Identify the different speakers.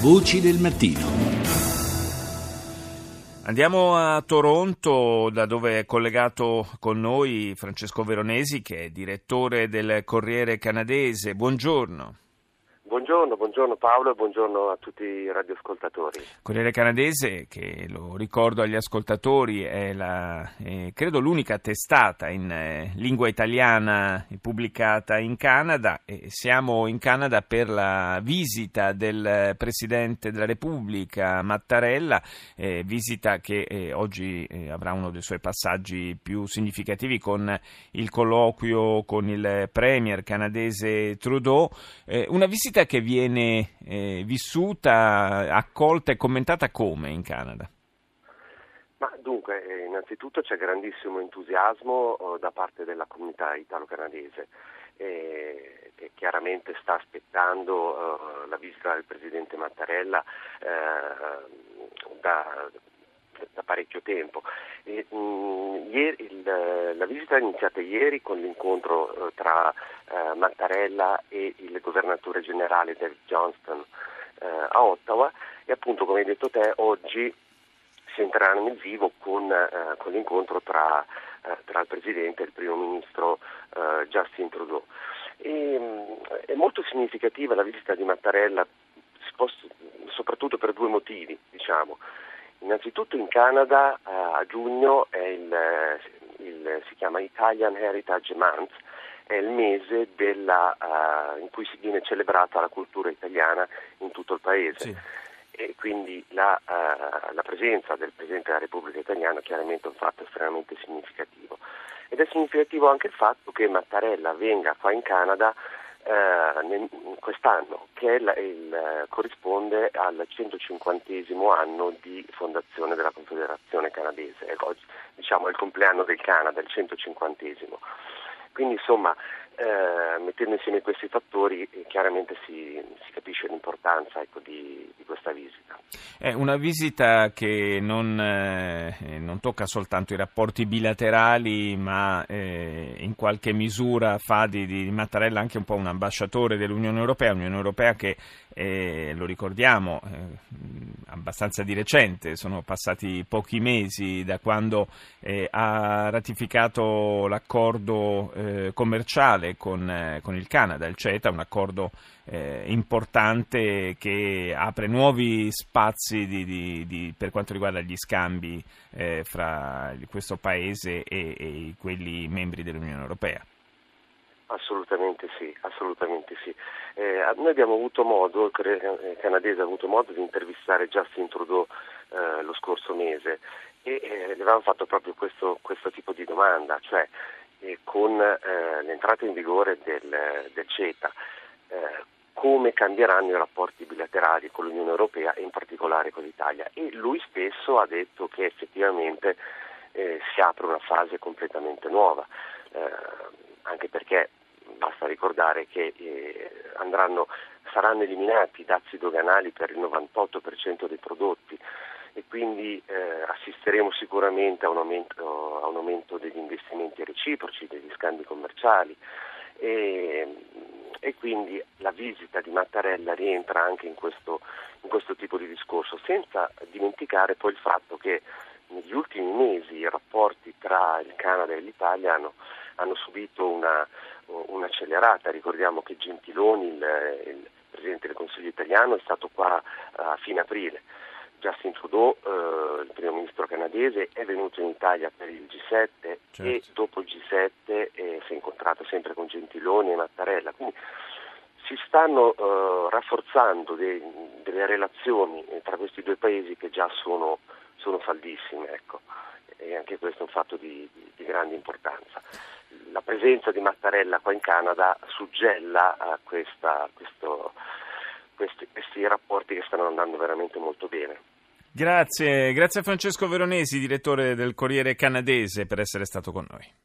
Speaker 1: Voci del mattino. Andiamo a Toronto, da dove è collegato con noi Francesco Veronesi, che è direttore del Corriere Canadese. Buongiorno.
Speaker 2: Buongiorno Paolo e buongiorno a tutti i radioascoltatori.
Speaker 1: Corriere Canadese, che lo ricordo agli ascoltatori, è credo l'unica testata in lingua italiana pubblicata in Canada, e siamo in Canada per la visita del Presidente della Repubblica Mattarella, visita che oggi avrà uno dei suoi passaggi più significativi con il colloquio con il Premier canadese Trudeau, una visita che viene vissuta, accolta e commentata come in Canada?
Speaker 2: Ma dunque, innanzitutto c'è grandissimo entusiasmo da parte della comunità italo-canadese, che chiaramente sta aspettando la visita del Presidente Mattarella da parecchio tempo. La visita è iniziata ieri con l'incontro tra Mattarella e il governatore generale David Johnston a Ottawa, e appunto, come hai detto te, oggi si entrerà nel vivo con l'incontro tra il Presidente e il Primo Ministro Justin Trudeau. È molto significativa la visita di Mattarella, soprattutto per due motivi, diciamo. Innanzitutto in Canada a giugno si chiama Italian Heritage Month, è il mese in cui viene celebrata la cultura italiana in tutto il paese. Sì. E quindi la presenza del Presidente della Repubblica Italiana chiaramente è un fatto estremamente significativo. Ed è significativo anche il fatto che Mattarella venga qua in Canada quest'anno, che corrisponde al 150° anno di fondazione della Confederazione Canadese. Ecco, diciamo è il compleanno del Canada, il 150°. Quindi insomma, mettendo insieme questi fattori, chiaramente si capisce l'importanza, ecco, di questa visita.
Speaker 1: È una visita che non tocca soltanto i rapporti bilaterali, ma in qualche misura fa di Mattarella anche un po' un ambasciatore dell'Unione Europea che, lo ricordiamo, abbastanza di recente, sono passati pochi mesi da quando ha ratificato l'accordo commerciale con il Canada, il CETA, un accordo importante che apre nuovi spazi per quanto riguarda gli scambi fra questo paese e quelli membri dell'Unione Europea.
Speaker 2: Assolutamente sì. Noi abbiamo avuto modo, il canadese ha avuto modo di intervistare Justin Trudeau lo scorso mese, e le avevamo fatto proprio questo tipo di domanda, cioè con l'entrata in vigore del CETA, come cambieranno i rapporti bilaterali con l'Unione Europea e in particolare con l'Italia. E lui stesso ha detto che effettivamente si apre una fase completamente nuova, anche perché basta ricordare che saranno eliminati i dazi doganali per il 98% dei prodotti, e quindi assisteremo sicuramente a un aumento degli investimenti reciproci, degli scambi commerciali, e quindi la visita di Mattarella rientra anche in questo tipo di discorso, senza dimenticare poi il fatto che negli ultimi mesi i rapporti tra il Canada e l'Italia hanno subito un'accelerata. Ricordiamo che Gentiloni, il Presidente del Consiglio italiano, è stato qua a fine aprile. Justin Trudeau, il Primo Ministro canadese, è venuto in Italia per il G7, certo. E dopo il G7 si è incontrato sempre con Gentiloni e Mattarella. Quindi si stanno rafforzando delle relazioni tra questi due paesi che già sono saldissime, ecco. E anche questo è un fatto di grande importanza. La presenza di Mattarella qua in Canada suggella questi rapporti che stanno andando veramente molto bene.
Speaker 1: Grazie a Francesco Veronesi, direttore del Corriere Canadese, per essere stato con noi.